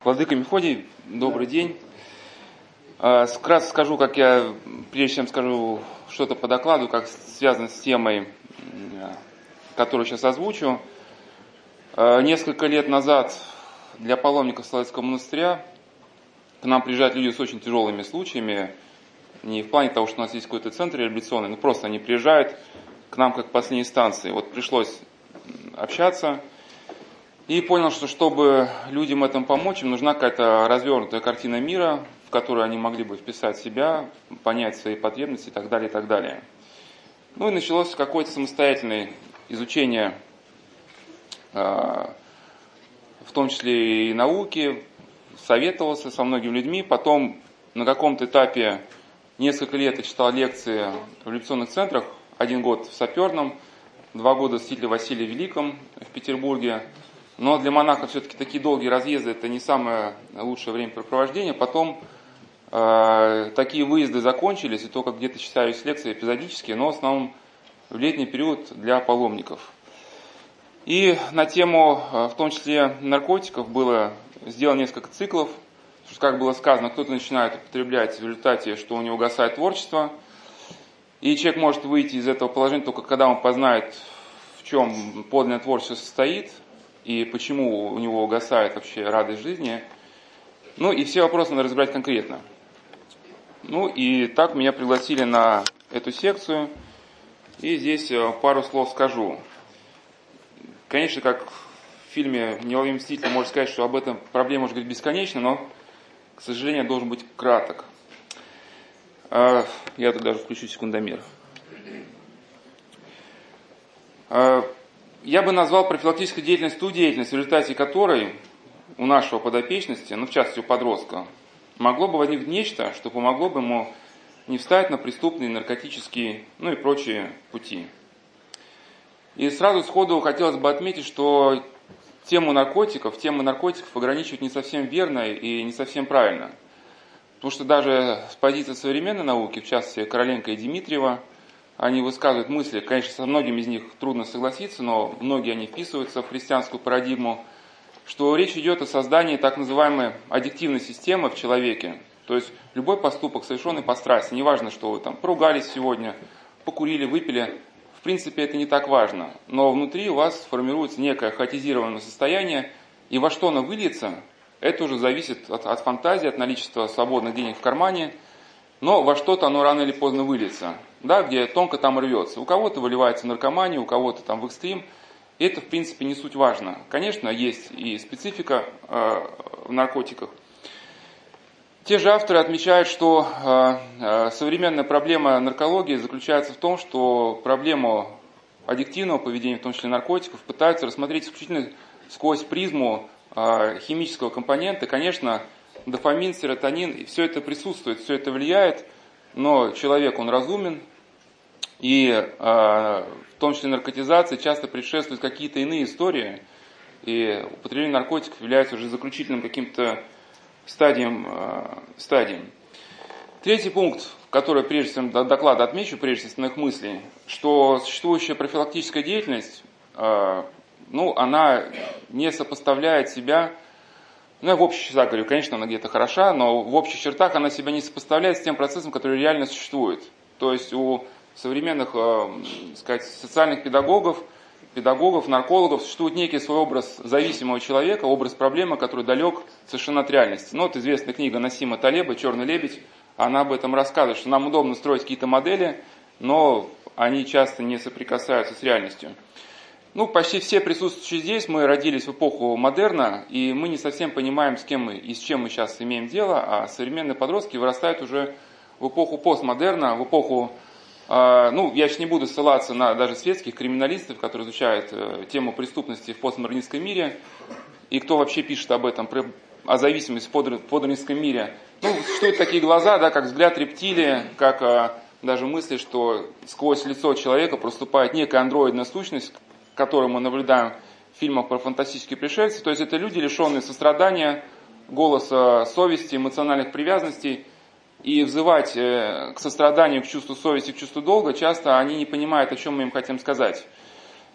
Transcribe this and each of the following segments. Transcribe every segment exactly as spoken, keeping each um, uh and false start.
Владыка Мефодий, добрый день. Вкратце скажу, как я, прежде чем скажу что-то по докладу, как связано с темой, которую сейчас озвучу. Несколько лет назад для паломников Соловецкого монастыря к нам приезжают люди с очень тяжелыми случаями, не в плане того, что у нас есть какой-то центр реабилитационный, но просто они приезжают к нам как к последней станции. Вот пришлось общаться. И понял, что чтобы людям этому помочь, им нужна какая-то развернутая картина мира, в которую они могли бы вписать себя, понять свои потребности и так далее, и так далее. Ну и началось какое-то самостоятельное изучение, в том числе и науки, советовался со многими людьми. Потом на каком-то этапе несколько лет я читал лекции в революционных центрах, один год в Саперном, два года в Святителе Василии Великом в Петербурге. Но для монахов все-таки такие долгие разъезды – это не самое лучшее времяпрепровождение. Потом э, такие выезды закончились, и только где-то читались лекции эпизодические, но в основном в летний период для паломников. И на тему, в том числе наркотиков, было сделано несколько циклов. Как было сказано, кто-то начинает употреблять в результате, что у него угасает творчество. И человек может выйти из этого положения только когда он познает, в чем подлинное творчество состоит, и почему у него угасает вообще радость жизни. Ну и все вопросы надо разбирать конкретно. Ну и так меня пригласили на эту секцию. И здесь пару слов скажу. Конечно, как в фильме «Неуловимый мститель» можно сказать, что об этом проблема может быть бесконечна, но, к сожалению, должен быть краток. Я тут даже включу секундомер. Я бы назвал профилактической деятельность ту деятельность, в результате которой у нашего подопечности, ну в частности у подростка, могло бы возникнуть нечто, что помогло бы ему не встать на преступные, наркотические, ну и прочие пути. И сразу сходу хотелось бы отметить, что тему наркотиков, тему наркотиков ограничивать не совсем верно и не совсем правильно. Потому что даже с позиции современной науки, в частности Короленко и Дмитриева, они высказывают мысли, конечно, со многими из них трудно согласиться, но многие они вписываются в христианскую парадигму, что речь идет о создании так называемой аддиктивной системы в человеке. То есть любой поступок, совершенный по страсти, неважно, что вы там поругались сегодня, покурили, выпили, в принципе это не так важно. Но внутри у вас формируется некое хаотизированное состояние, и во что оно выльется, это уже зависит от, от фантазии, от наличия свободных денег в кармане, но во что-то оно рано или поздно выльется. Да, где тонко там рвется. У кого-то выливается в наркоманию, у кого-то там в экстрим. И это, в принципе, не суть важно. Конечно, есть и специфика э, в наркотиках. Те же авторы отмечают, что э, э, современная проблема наркологии заключается в том, что проблему аддиктивного поведения, в том числе наркотиков, пытаются рассмотреть исключительно сквозь призму э, химического компонента. Конечно, дофамин, серотонин, все это присутствует, все это влияет, но человек, он разумен, и э, в том числе наркотизации часто предшествуют какие-то иные истории, и употребление наркотиков является уже заключительным каким-то стадием. Э, стадием. Третий пункт, который прежде всего до доклада отмечу, прежде основных мыслей, что существующая профилактическая деятельность, э, ну, она не сопоставляет себя. Ну, я в общих чертах говорю, конечно, она где-то хороша, но в общих чертах она себя не сопоставляет с тем процессом, который реально существует. То есть у современных, э, сказать, социальных педагогов, педагогов, наркологов существует некий свой образ зависимого человека, образ проблемы, который далек совершенно от реальности. Ну, вот известная книга Насима Талеба «Черный лебедь», она об этом рассказывает, что нам удобно строить какие-то модели, но они часто не соприкасаются с реальностью. Ну, почти все присутствующие здесь, мы родились в эпоху модерна, и мы не совсем понимаем, с кем мы и с чем мы сейчас имеем дело, а современные подростки вырастают уже в эпоху постмодерна, в эпоху, э, ну, я сейчас не буду ссылаться на даже светских криминалистов, которые изучают э, тему преступности в постмодернистском мире, и кто вообще пишет об этом, о зависимости в постмодернистском мире. Ну, существуют такие глаза, да, как взгляд рептилии, как э, даже мысли, что сквозь лицо человека проступает некая андроидная сущность, которую мы наблюдаем в фильмах про фантастические пришельцы. То есть это люди, лишенные сострадания, голоса совести, эмоциональных привязанностей. И взывать к состраданию, к чувству совести, к чувству долга, часто они не понимают, о чем мы им хотим сказать.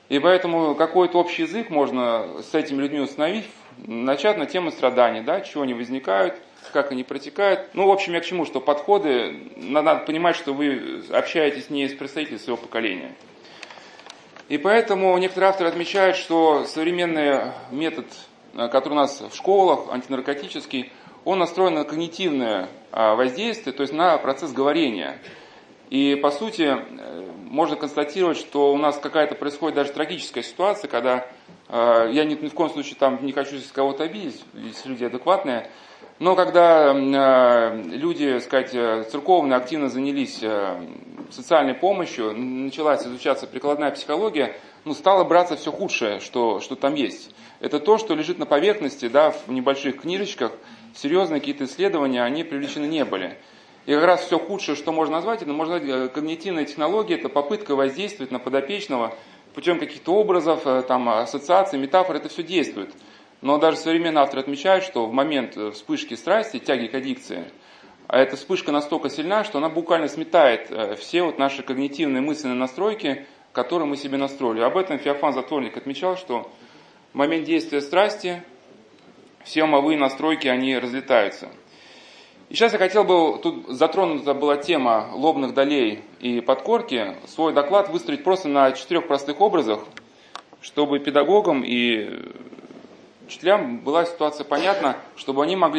И поэтому какой-то общий язык можно с этими людьми установить, начать на тему страданий, да, чего они возникают, как они протекают. Ну, в общем, я к чему, что подходы, надо понимать, что вы общаетесь не с представителями своего поколения. И поэтому некоторые авторы отмечают, что современный метод, который у нас в школах, антинаркотический, он настроен на когнитивное воздействие, то есть на процесс говорения. И, по сути, можно констатировать, что у нас какая-то происходит даже трагическая ситуация, когда, я ни, ни в коем случае там не хочу здесь кого-то обидеть, здесь люди адекватные, но когда люди, так сказать, церковные активно занялись социальной помощью, началась изучаться прикладная психология, ну, стало браться все худшее, что, что там есть. Это то, что лежит на поверхности, да, в небольших книжечках, серьезные какие-то исследования, они привлечены не были. И как раз все худшее, что можно назвать, это можно назвать когнитивная технология, это попытка воздействовать на подопечного путем каких-то образов, там, ассоциаций, метафор, это все действует. Но даже современные авторы отмечают, что в момент вспышки страсти, тяги к аддикции, а эта вспышка настолько сильна, что она буквально сметает все вот наши когнитивные мысленные настройки, которые мы себе настроили. Об этом Феофан Затворник отмечал, что в момент действия страсти все умовые настройки, они разлетаются. И сейчас я хотел бы, тут затронута была тема лобных долей и подкорки, свой доклад выстроить просто на четырех простых образах, чтобы педагогам и учителям была ситуация понятна, чтобы они могли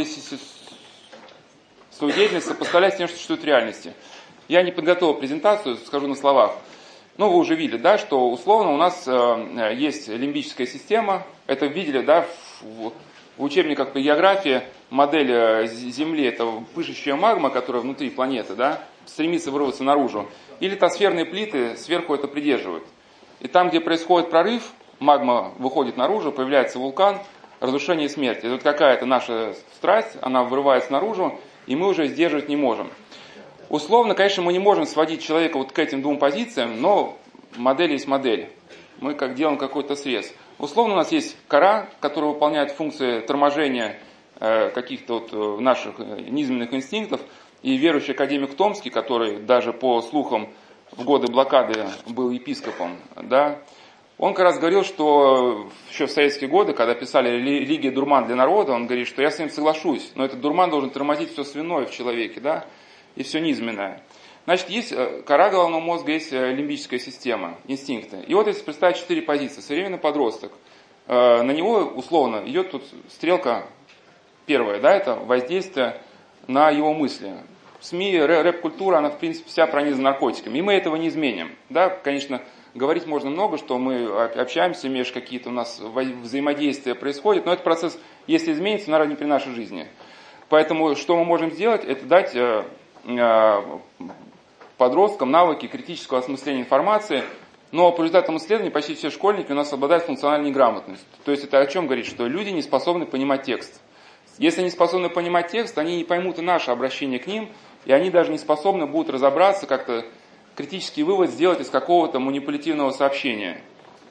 свою деятельность сопоставлять с тем, что существует в реальности. Я не подготовил презентацию, скажу на словах. Ну, вы уже видели, да, что условно у нас э, есть лимбическая система. Это видели, да, в, в учебниках по географии модель Земли, это пышущая магма, которая внутри планеты, да, стремится вырваться наружу. И литосферные плиты сверху это придерживают. И там, где происходит прорыв, магма выходит наружу, появляется вулкан, разрушение и смерть. Это вот какая-то наша страсть, она вырывается наружу, и мы уже сдерживать не можем. Условно, конечно, мы не можем сводить человека вот к этим двум позициям, но модель есть модель. Мы как делаем какой-то срез. Условно у нас есть кора, которая выполняет функции торможения э, каких-то вот наших низменных инстинктов. И верующий академик Томский, который даже по слухам в годы блокады был епископом, да, он как раз говорил, что еще в советские годы, когда писали «Религия, дурман для народа», он говорит, что я с ним соглашусь, но этот дурман должен тормозить все свиное в человеке, да, и все низменное. Значит, есть кора головного мозга, есть лимбическая система, инстинкты. И вот если представить четыре позиции, современный подросток, на него условно идет тут стрелка первая, да, это воздействие на его мысли. СМИ, рэп-культура, она в принципе вся пронизана наркотиками, и мы этого не изменим. Да, конечно, говорить можно много, что мы общаемся, между какие-то у нас взаимодействия происходят, но этот процесс, если изменится, наверное, не при нашей жизни. Поэтому что мы можем сделать, это дать э, э, подросткам навыки критического осмысления информации, но по результатам исследований почти все школьники у нас обладают функциональной грамотностью. То есть это о чем говорит, что люди не способны понимать текст. Если они способны понимать текст, они не поймут и наше обращение к ним, и они даже не способны будут разобраться, как-то критический вывод сделать из какого-то манипулятивного сообщения.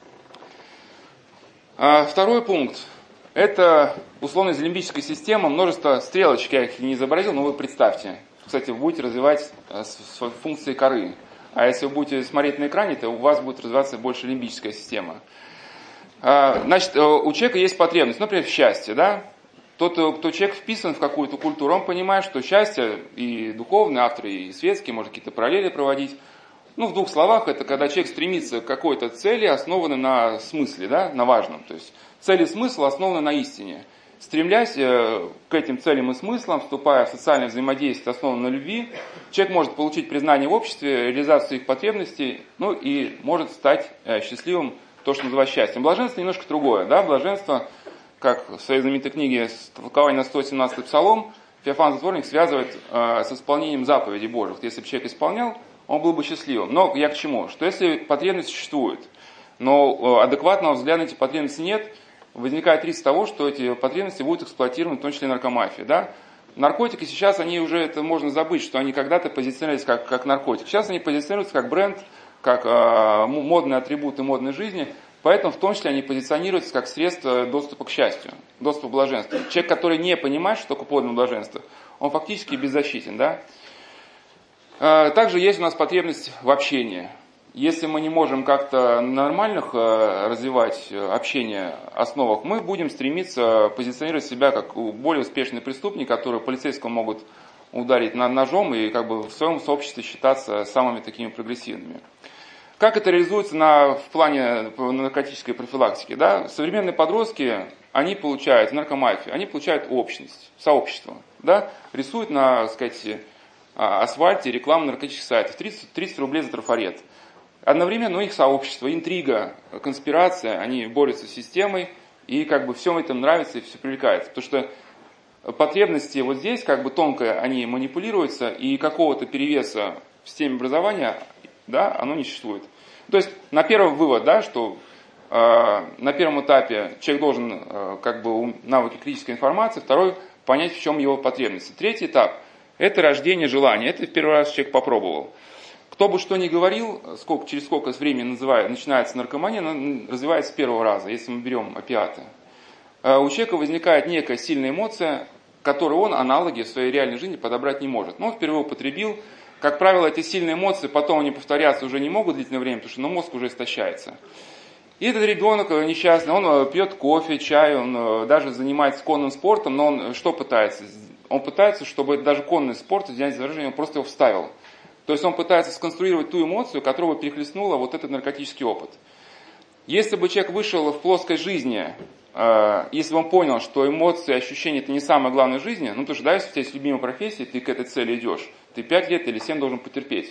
А второй пункт. Это условно из лимбической системы, множество стрелочек, я их не изобразил, но вы представьте. Кстати, вы будете развивать функции коры. А если вы будете смотреть на экране, то у вас будет развиваться больше лимбическая система. Значит, у человека есть потребность, например, в счастье, да? Тот, кто человек вписан в какую-то культуру, он понимает, что счастье и духовные авторы, и светские, может какие-то параллели проводить. Ну, в двух словах, это когда человек стремится к какой-то цели, основанной на смысле, да, на важном. То есть цель и смысл основаны на истине. Стремлясь к этим целям и смыслам, вступая в социальное взаимодействие, основанное на любви, человек может получить признание в обществе, реализацию своих потребностей, ну и может стать счастливым, то, что называют счастьем. Блаженство немножко другое, да, блаженство, как в своей знаменитой книге «Толкование на сто семнадцатый псалом», Феофан Затворник связывает э, с исполнением заповедей Божьих. Если бы человек исполнял, он был бы счастливым. Но я к чему? Что если потребность существует, но э, адекватного взгляда на эти потребности нет, возникает риск того, что эти потребности будут эксплуатированы, в том числе наркомафией. Да? Наркотики сейчас, они уже, это можно забыть, что они когда-то позиционировались как, как наркотик. Сейчас они позиционируются как бренд, как э, модные атрибуты модной жизни. Поэтому в том числе они позиционируются как средство доступа к счастью, доступа к блаженству. Человек, который не понимает, что такое подлинное блаженство, он фактически беззащитен. Да? Также есть у нас потребность в общении. если мы не можем как-то на нормальных развивать общение основах, мы будем стремиться позиционировать себя как более успешный преступник, который полицейского могут ударить ножом и как бы в своем сообществе считаться самыми такими прогрессивными. Как это реализуется на, в плане наркотической профилактики? Да? Современные подростки, они получают наркомафию, они получают общность, сообщество. Да? Рисуют на, так сказать, асфальте рекламу наркотических сайтов, тридцать, тридцать рублей за трафарет. Одновременно у них сообщество, интрига, конспирация, они борются с системой, и как бы всем это нравится и все привлекается. Потому что потребности вот здесь как бы тонко они манипулируются, и какого-то перевеса в системе образования, да, оно не существует. То есть на первый вывод, да, что э, на первом этапе человек должен э, как бы навыки критической информации, второй понять, в чем его потребности. Третий этап – это рождение желания. Это в первый раз человек попробовал. Кто бы что ни говорил, сколько, через сколько времени называет, начинается наркомания, она развивается с первого раза, если мы берем опиаты. Э, у человека возникает некая сильная эмоция, которую он аналоги в своей реальной жизни подобрать не может. Но он впервые употребил. Как правило, эти сильные эмоции потом они повторяться уже не могут длительное время, потому что ну, мозг уже истощается. И этот ребенок несчастный, он пьет кофе, чай, он даже занимается конным спортом, но он что пытается? Он пытается, чтобы даже конный спорт, извиняюсь за выражение, он просто его вставил. То есть он пытается сконструировать ту эмоцию, которую перехлестнула вот этот наркотический опыт. Если бы человек вышел в плоской жизни, если бы он понял, что эмоции, ощущения – это не самое главное в жизни, ну, потому что, да, если у тебя есть любимая профессия, ты к этой цели идешь, ты пять лет или семь должен потерпеть.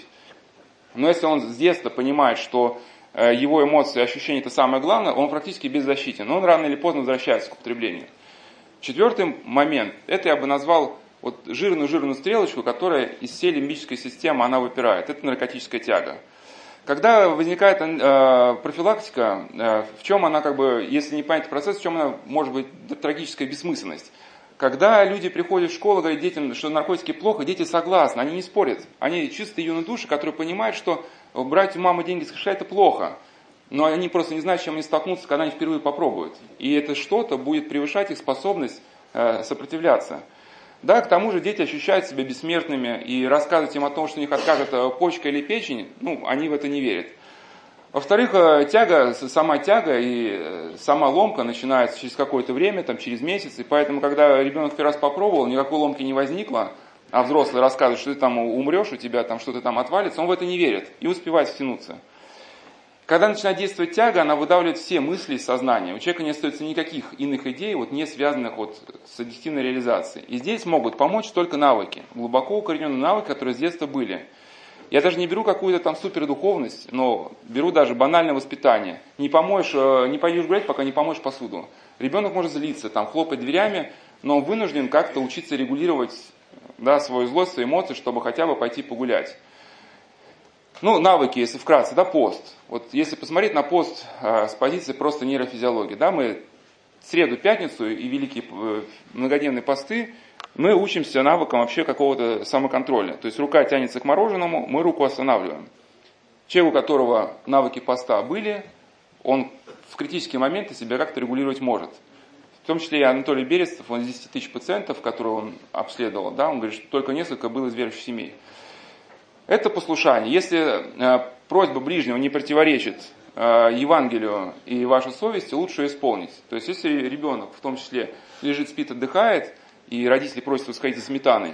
Но если он с детства понимает, что его эмоции, ощущения – это самое главное, он практически беззащитен, но он рано или поздно возвращается к употреблению. Четвертый момент – это я бы назвал вот жирную-жирную стрелочку, которая из всей лимбической системы, она выпирает. Это наркотическая тяга. Когда возникает э, профилактика, э, в чем она, как бы, если не понять процесс, в чем она может быть трагическая бессмысленность? Когда люди приходят в школу, говорят детям, что наркотики плохо, дети согласны, они не спорят. Они чистые юные души, которые понимают, что брать у мамы деньги с кошелька это плохо. Но они просто не знают, с чем они столкнутся, когда они впервые попробуют. И это что-то будет превышать их способность э, сопротивляться. Да, к тому же дети ощущают себя бессмертными, и рассказывать им о том, что у них откажет почка или печень, ну, они в это не верят. Во-вторых, тяга, сама тяга и сама ломка начинается через какое-то время, там, через месяц, и поэтому, когда ребенок первый раз попробовал, никакой ломки не возникло, а взрослый рассказывает, что ты там умрешь, у тебя там что-то там отвалится, он в это не верит и успевает втянуться. Когда начинает действовать тяга, она выдавливает все мысли из сознания. У человека не остается никаких иных идей, вот, не связанных вот с аддиктивной реализацией. И здесь могут помочь только навыки, глубоко укорененные навыки, которые с детства были. Я даже не беру какую-то там супердуховность, но беру даже банальное воспитание. Не помоешь, не пойдешь гулять, пока не помоешь посуду. Ребенок может злиться, там, хлопать дверями, но он вынужден как-то учиться регулировать, да, свою злость, свои эмоции, чтобы хотя бы пойти погулять. Ну, навыки, если вкратце, да, пост. Вот если посмотреть на пост э, с позиции просто нейрофизиологии, да, мы среду, пятницу и великие э, многодневные посты, мы учимся навыкам вообще какого-то самоконтроля. То есть рука тянется к мороженому, мы руку останавливаем. Человек, у которого навыки поста были, он в критические моменты себя как-то регулировать может. В том числе и Анатолий Берестов, он из десяти тысяч пациентов, которые он обследовал, да, он говорит, что только несколько было из верующих семей. Это послушание. Если э, просьба ближнего не противоречит э, Евангелию и вашей совести, лучше ее исполнить. То есть, если ребенок, в том числе, лежит, спит, отдыхает, и родители просят его сходить за сметаной,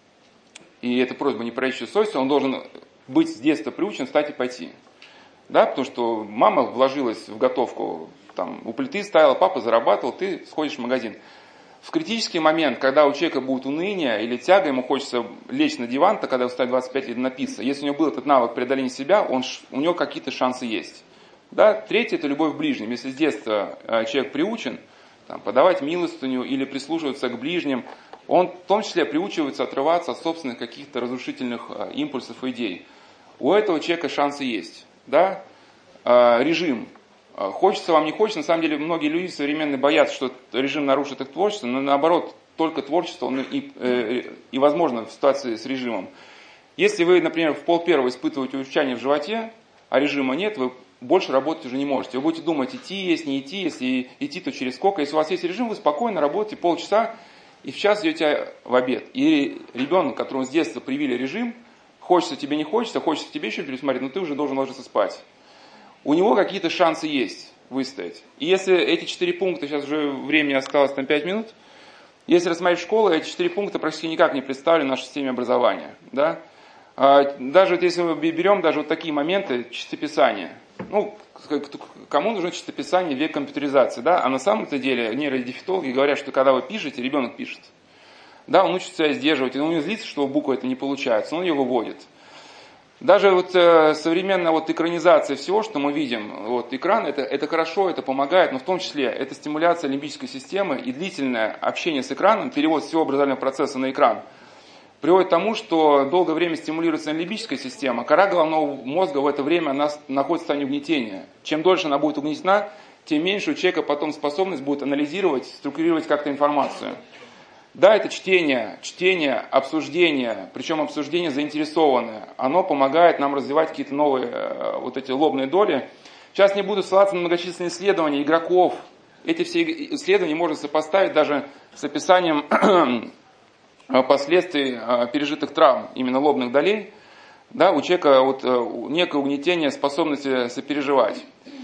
и эта просьба не противоречит совести, он должен быть с детства приучен встать и пойти. Да? Потому что мама вложилась в готовку, там, у плиты ставила, папа зарабатывал, ты сходишь в магазин. В критический момент, когда у человека будет уныние или тяга, ему хочется лечь на диван, то когда ему станет двадцать пять лет, напиться. Если у него был этот навык преодоления себя, он, у него какие-то шансы есть. Да? Третье – это любовь к ближним. Если с детства человек приучен там, подавать милостыню или прислушиваться к ближним, он в том числе приучивается отрываться от собственных каких-то разрушительных импульсов и идей. У этого человека шансы есть. Да? Режим. Хочется вам, не хочется, на самом деле многие люди современные боятся, что режим нарушит их творчество, но наоборот, только творчество он и, и, и возможно в ситуации с режимом. Если вы, например, в полпервого испытываете урчание в животе, а режима нет, вы больше работать уже не можете. Вы будете думать, идти есть, не идти, если идти, то через сколько. Если у вас есть режим, вы спокойно работаете полчаса и в час идете в обед. И ребенок, которому с детства привили режим, хочется тебе, не хочется, хочется тебе еще пересмотреть, но ты уже должен ложиться спать. У него какие-то шансы есть выстоять. И если эти четыре пункта, сейчас уже времени осталось там пять минут, если рассмотреть школу, эти четыре пункта практически никак не представлены в нашей системе образования. Да? Даже вот если мы берем даже вот такие моменты чистописания. Ну, кому нужно чистописание в век компьютеризации? Да? А на самом-то деле нейродефектологи говорят, что когда вы пишете, ребенок пишет. Да, он учится себя сдерживать, и он не злится, что у буквы это не получается, он ее выводит. Даже вот э, современная вот экранизация всего, что мы видим, вот экран, это, это хорошо, это помогает, но в том числе это стимуляция лимбической системы и длительное общение с экраном, перевод всего образовательного процесса на экран, приводит к тому, что долгое время стимулируется лимбическая система, кора головного мозга в это время она находится в состоянии угнетения. Чем дольше она будет угнетена, тем меньше у человека потом способность будет анализировать, структурировать как-то информацию. Да, это чтение, чтение, обсуждение, причем обсуждение заинтересованное. Оно помогает нам развивать какие-то новые э, вот эти лобные доли. Сейчас не буду ссылаться на многочисленные исследования игроков. Эти все исследования можно сопоставить даже с описанием последствий э, пережитых травм, именно лобных долей. Да, у человека вот, э, некое угнетение способности сопереживать.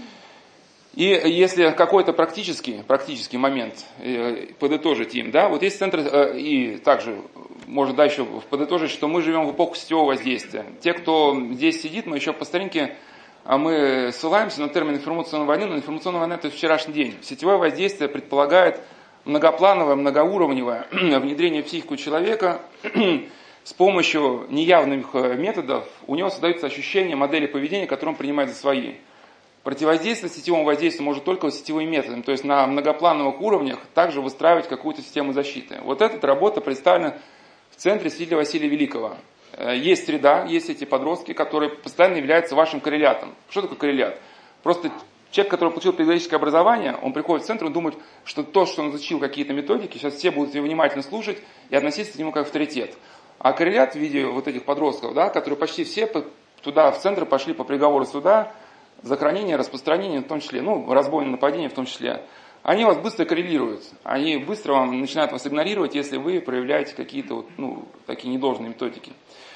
И если какой-то практический, практический момент э, подытожить им, да, вот есть центр, э, и также можно дальше подытожить, что мы живем в эпоху сетевого воздействия. Те, кто здесь сидит, мы еще по старинке, а мы ссылаемся на термин информационной войны, но информационная война это вчерашний день. Сетевое воздействие предполагает многоплановое, многоуровневое внедрение в психику человека с помощью неявных методов. У него создается ощущение модели поведения, которую он принимает за свои. Противодействовать сетевому воздействию может только сетевым методом, то есть на многоплановых уровнях также выстраивать какую-то систему защиты. Вот эта работа представлена в центре святителя Василия Великого. Есть среда, есть эти подростки, которые постоянно являются вашим коррелятом. Что такое коррелят? Просто человек, который получил педагогическое образование, он приходит в центр и думает, что то, что он изучил какие-то методики, сейчас все будут его внимательно слушать и относиться к нему как авторитет. А коррелят в виде вот этих подростков, да, которые почти все туда, в центр, пошли по приговору суда, за хранение, распространение в том числе, ну, разбойное нападение в том числе, они вас быстро коррелируют, они быстро вам начинают вас игнорировать, если вы проявляете какие-то вот, ну, такие недолжные методики.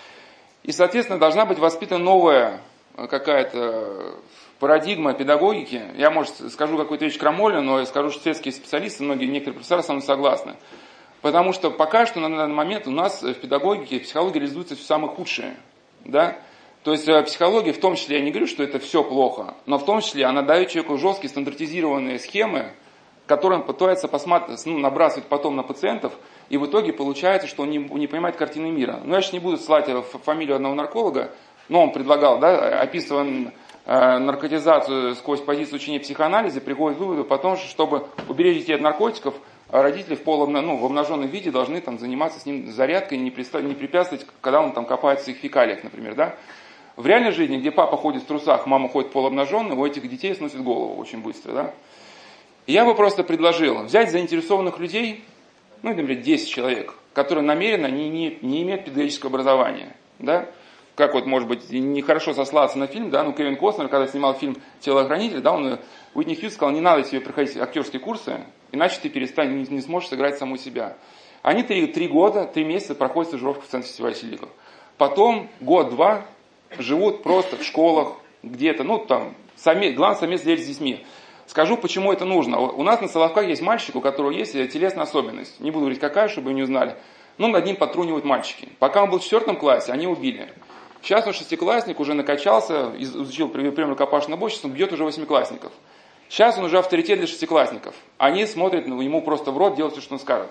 И, соответственно, должна быть воспитана новая какая-то парадигма педагогики. Я, может, скажу какую-то вещь крамольную, но я скажу, что светские специалисты, многие, некоторые профессора со мной согласны. Потому что пока что на данный момент у нас в педагогике, в психологии реализуется все самое худшее, да. То есть психология, в том числе, я не говорю, что это все плохо, но в том числе она дает человеку жесткие стандартизированные схемы, которые он пытается посматривать, ну, набрасывать потом на пациентов, и в итоге получается, что он не, не понимает картины мира. Ну, я сейчас не буду ссылать фамилию одного нарколога, но он предлагал, да, описывая э, наркотизацию сквозь позицию учения психоанализа, приходит к выводу потом, что чтобы уберечь детей от наркотиков, родители в, полуобна... ну, в обнаженном виде должны там, заниматься с ним зарядкой, не, приста... не препятствовать, когда он там копается в своих фекалиях, например, да. В реальной жизни, где папа ходит в трусах, мама ходит полуобнаженной, у этих детей сносит голову очень быстро, да. И я бы просто предложил взять заинтересованных людей, ну, например, десять человек, которые намеренно не, не, не имеют педагогического образования, да. Как вот, может быть, нехорошо сослаться на фильм, да, ну, Кевин Костнер, когда снимал фильм «Телохранитель», да, он, Уитни Хьюз сказал, не надо тебе проходить актерские курсы, иначе ты перестань, не, не сможешь сыграть саму себя. Они три, три года, три месяца проходят стажировку в центре Святителя Василия. Потом год-два живут просто в школах, где-то, ну, там, сами, главное, совместно с детьми. Скажу, почему это нужно. У нас на Соловках есть мальчик, у которого есть телесная особенность. Не буду говорить, какая, чтобы вы не узнали. Но над ним подтрунивают мальчики. Пока он был в четвертом классе, они убили. Сейчас он шестиклассник, уже накачался, изучил прием рукопашного боя, он бьет уже восьмиклассников. Сейчас он уже авторитет для шестиклассников. Они смотрят ему просто в рот, делают все, что он скажет.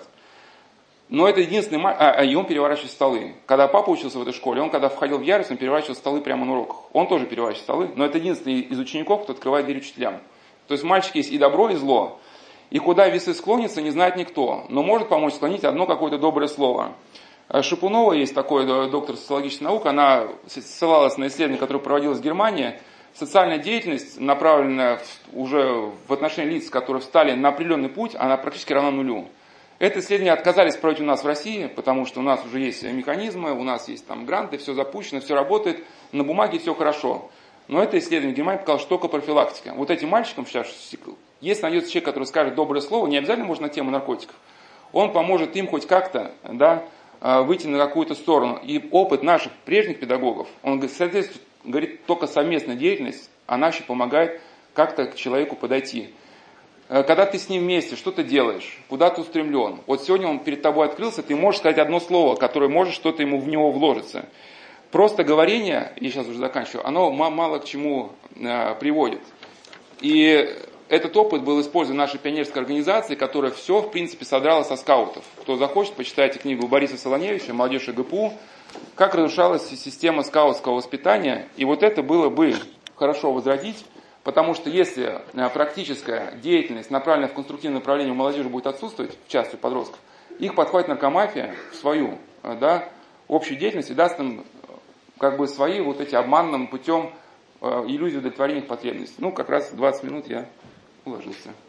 Но это единственный мальчик, а, и он переворачивает столы. Когда папа учился в этой школе, он когда входил в ярость, он переворачивал столы прямо на уроках. Он тоже переворачивает столы, но это единственный из учеников, кто открывает дверь учителям. То есть в мальчике есть и добро, и зло. И куда весы склонятся, не знает никто. Но может помочь склонить одно какое-то доброе слово. Шипунова, есть такой доктор социологических наук, она ссылалась на исследование, которое проводилось в Германии. Социальная деятельность, направленная уже в отношении лиц, которые встали на определенный путь, она практически равна нулю. Это исследование отказались проводить у нас в России, потому что у нас уже есть механизмы, у нас есть там гранты, все запущено, все работает, на бумаге все хорошо. Но это исследование Германии показало, что только профилактика. Вот этим мальчикам сейчас, если найдется человек, который скажет доброе слово, не обязательно может на тему наркотиков, он поможет им хоть как-то, да, выйти на какую-то сторону. И опыт наших прежних педагогов, он соответствует, говорит, только совместная деятельность, она еще помогает как-то к человеку подойти. Когда ты с ним вместе что-то делаешь, куда ты устремлен. Вот сегодня он перед тобой открылся, ты можешь сказать одно слово, которое может что-то ему в него вложиться. Просто говорение, я сейчас уже заканчиваю, оно мало к чему приводит. И этот опыт был использован в нашей пионерской организации, которая все, в принципе, содрала со скаутов. Кто захочет, почитайте книгу Бориса Солоневича «Молодежь и ГПУ», как разрушалась система скаутского воспитания. И вот это было бы хорошо возродить, потому что если практическая деятельность, направленная в конструктивное направление у молодежи, будет отсутствовать, в частности у подростков, их подхватит наркомафия в свою, да, общую деятельность и даст им как бы свои вот эти обманным путем иллюзии удовлетворения их потребностей. Ну, как раз двадцать минут я уложился.